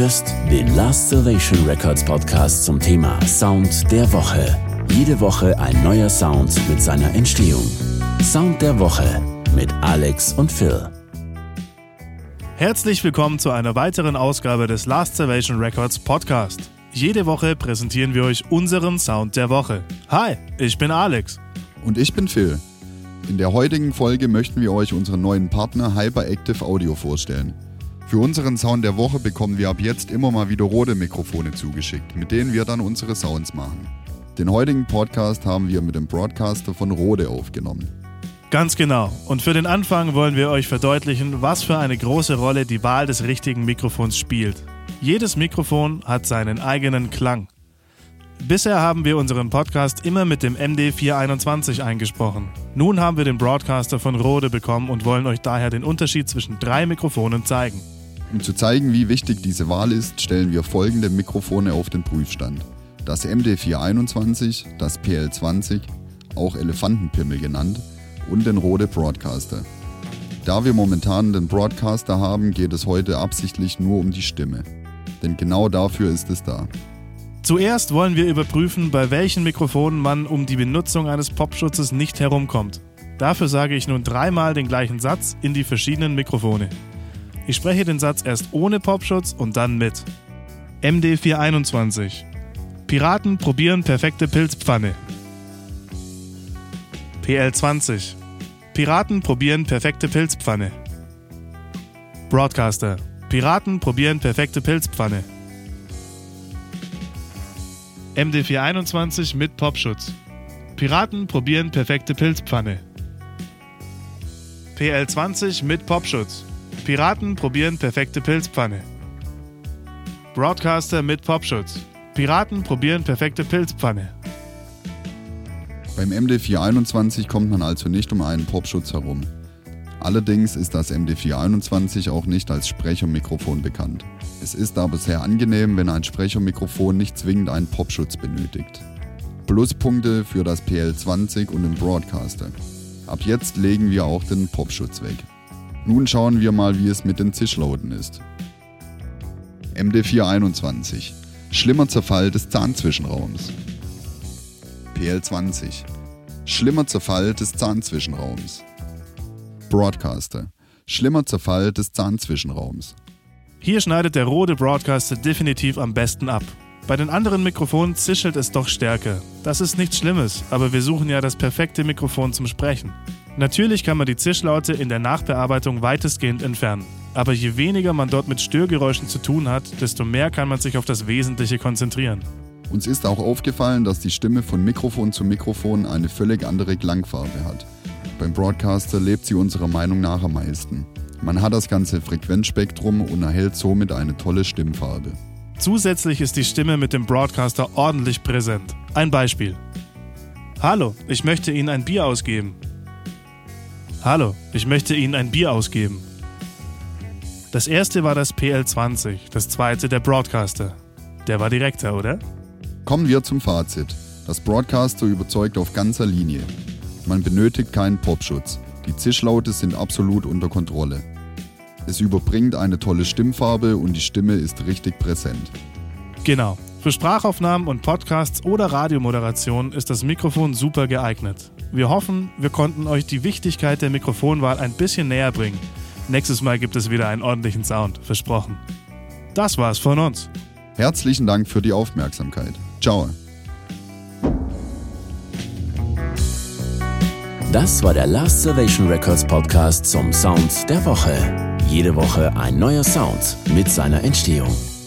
hörst den Last Salvation Records Podcast zum Thema Sound der Woche. Jede Woche ein neuer Sound mit seiner Entstehung. Sound der Woche mit Alex und Phil. Herzlich willkommen zu einer weiteren Ausgabe des Last Salvation Records Podcast. Jede Woche präsentieren wir euch unseren Sound der Woche. Hi, ich bin Alex. Und ich bin Phil. In der heutigen Folge möchten wir euch unseren neuen Partner Hyperactive Audio vorstellen. Für unseren Sound der Woche bekommen wir ab jetzt immer mal wieder Rode Mikrofone zugeschickt, mit denen wir dann unsere Sounds machen. Den heutigen Podcast haben wir mit dem Broadcaster von Rode aufgenommen. Ganz genau. Und für den Anfang wollen wir euch verdeutlichen, was für eine große Rolle die Wahl des richtigen Mikrofons spielt. Jedes Mikrofon hat seinen eigenen Klang. Bisher haben wir unseren Podcast immer mit dem MD421 eingesprochen. Nun haben wir den Broadcaster von Rode bekommen und wollen euch daher den Unterschied zwischen 3 Mikrofonen zeigen. Um zu zeigen, wie wichtig diese Wahl ist, stellen wir folgende Mikrofone auf den Prüfstand. Das MD421, das PL20, auch Elefantenpimmel genannt, und den Rode Broadcaster. Da wir momentan den Broadcaster haben, geht es heute absichtlich nur um die Stimme. Denn genau dafür ist es da. Zuerst wollen wir überprüfen, bei welchen Mikrofonen man um die Benutzung eines Popschutzes nicht herumkommt. Dafür sage ich nun 3-mal den gleichen Satz in die verschiedenen Mikrofone. Ich spreche den Satz erst ohne Popschutz und dann mit. MD421. Piraten probieren perfekte Pilzpfanne. PL20. Piraten probieren perfekte Pilzpfanne. Broadcaster. Piraten probieren perfekte Pilzpfanne. MD421 mit Popschutz. Piraten probieren perfekte Pilzpfanne. PL20 mit Popschutz. Piraten probieren perfekte Pilzpfanne. Broadcaster mit Popschutz. Piraten probieren perfekte Pilzpfanne. Beim MD421 kommt man also nicht um einen Popschutz herum. Allerdings ist das MD421 auch nicht als Sprechermikrofon bekannt. Es ist aber sehr angenehm, wenn ein Sprechermikrofon nicht zwingend einen Popschutz benötigt. Pluspunkte für das PL20 und den Broadcaster. Ab jetzt legen wir auch den Popschutz weg. Nun schauen wir mal, wie es mit den Zischlauten ist. MD421. Schlimmer Zerfall des Zahnzwischenraums. PL20. Schlimmer Zerfall des Zahnzwischenraums. Broadcaster. Schlimmer Zerfall des Zahnzwischenraums. Hier schneidet der Rode Broadcaster definitiv am besten ab. Bei den anderen Mikrofonen zischelt es doch stärker. Das ist nichts Schlimmes, aber wir suchen ja das perfekte Mikrofon zum Sprechen. Natürlich kann man die Zischlaute in der Nachbearbeitung weitestgehend entfernen. Aber je weniger man dort mit Störgeräuschen zu tun hat, desto mehr kann man sich auf das Wesentliche konzentrieren. Uns ist auch aufgefallen, dass die Stimme von Mikrofon zu Mikrofon eine völlig andere Klangfarbe hat. Beim Broadcaster lebt sie unserer Meinung nach am meisten. Man hat das ganze Frequenzspektrum und erhält somit eine tolle Stimmfarbe. Zusätzlich ist die Stimme mit dem Broadcaster ordentlich präsent. Ein Beispiel. Hallo, ich möchte Ihnen ein Bier ausgeben. Hallo, ich möchte Ihnen ein Bier ausgeben. Das erste war das PL20, das zweite der Broadcaster. Der war direkter, oder? Kommen wir zum Fazit. Das Broadcaster überzeugt auf ganzer Linie. Man benötigt keinen Popschutz. Die Zischlaute sind absolut unter Kontrolle. Es überbringt eine tolle Stimmfarbe und die Stimme ist richtig präsent. Genau. Für Sprachaufnahmen und Podcasts oder Radiomoderation ist das Mikrofon super geeignet. Wir hoffen, wir konnten euch die Wichtigkeit der Mikrofonwahl ein bisschen näher bringen. Nächstes Mal gibt es wieder einen ordentlichen Sound, versprochen. Das war's von uns. Herzlichen Dank für die Aufmerksamkeit. Ciao. Das war der Last Salvation Records Podcast zum Sound der Woche. Jede Woche ein neuer Sound mit seiner Entstehung.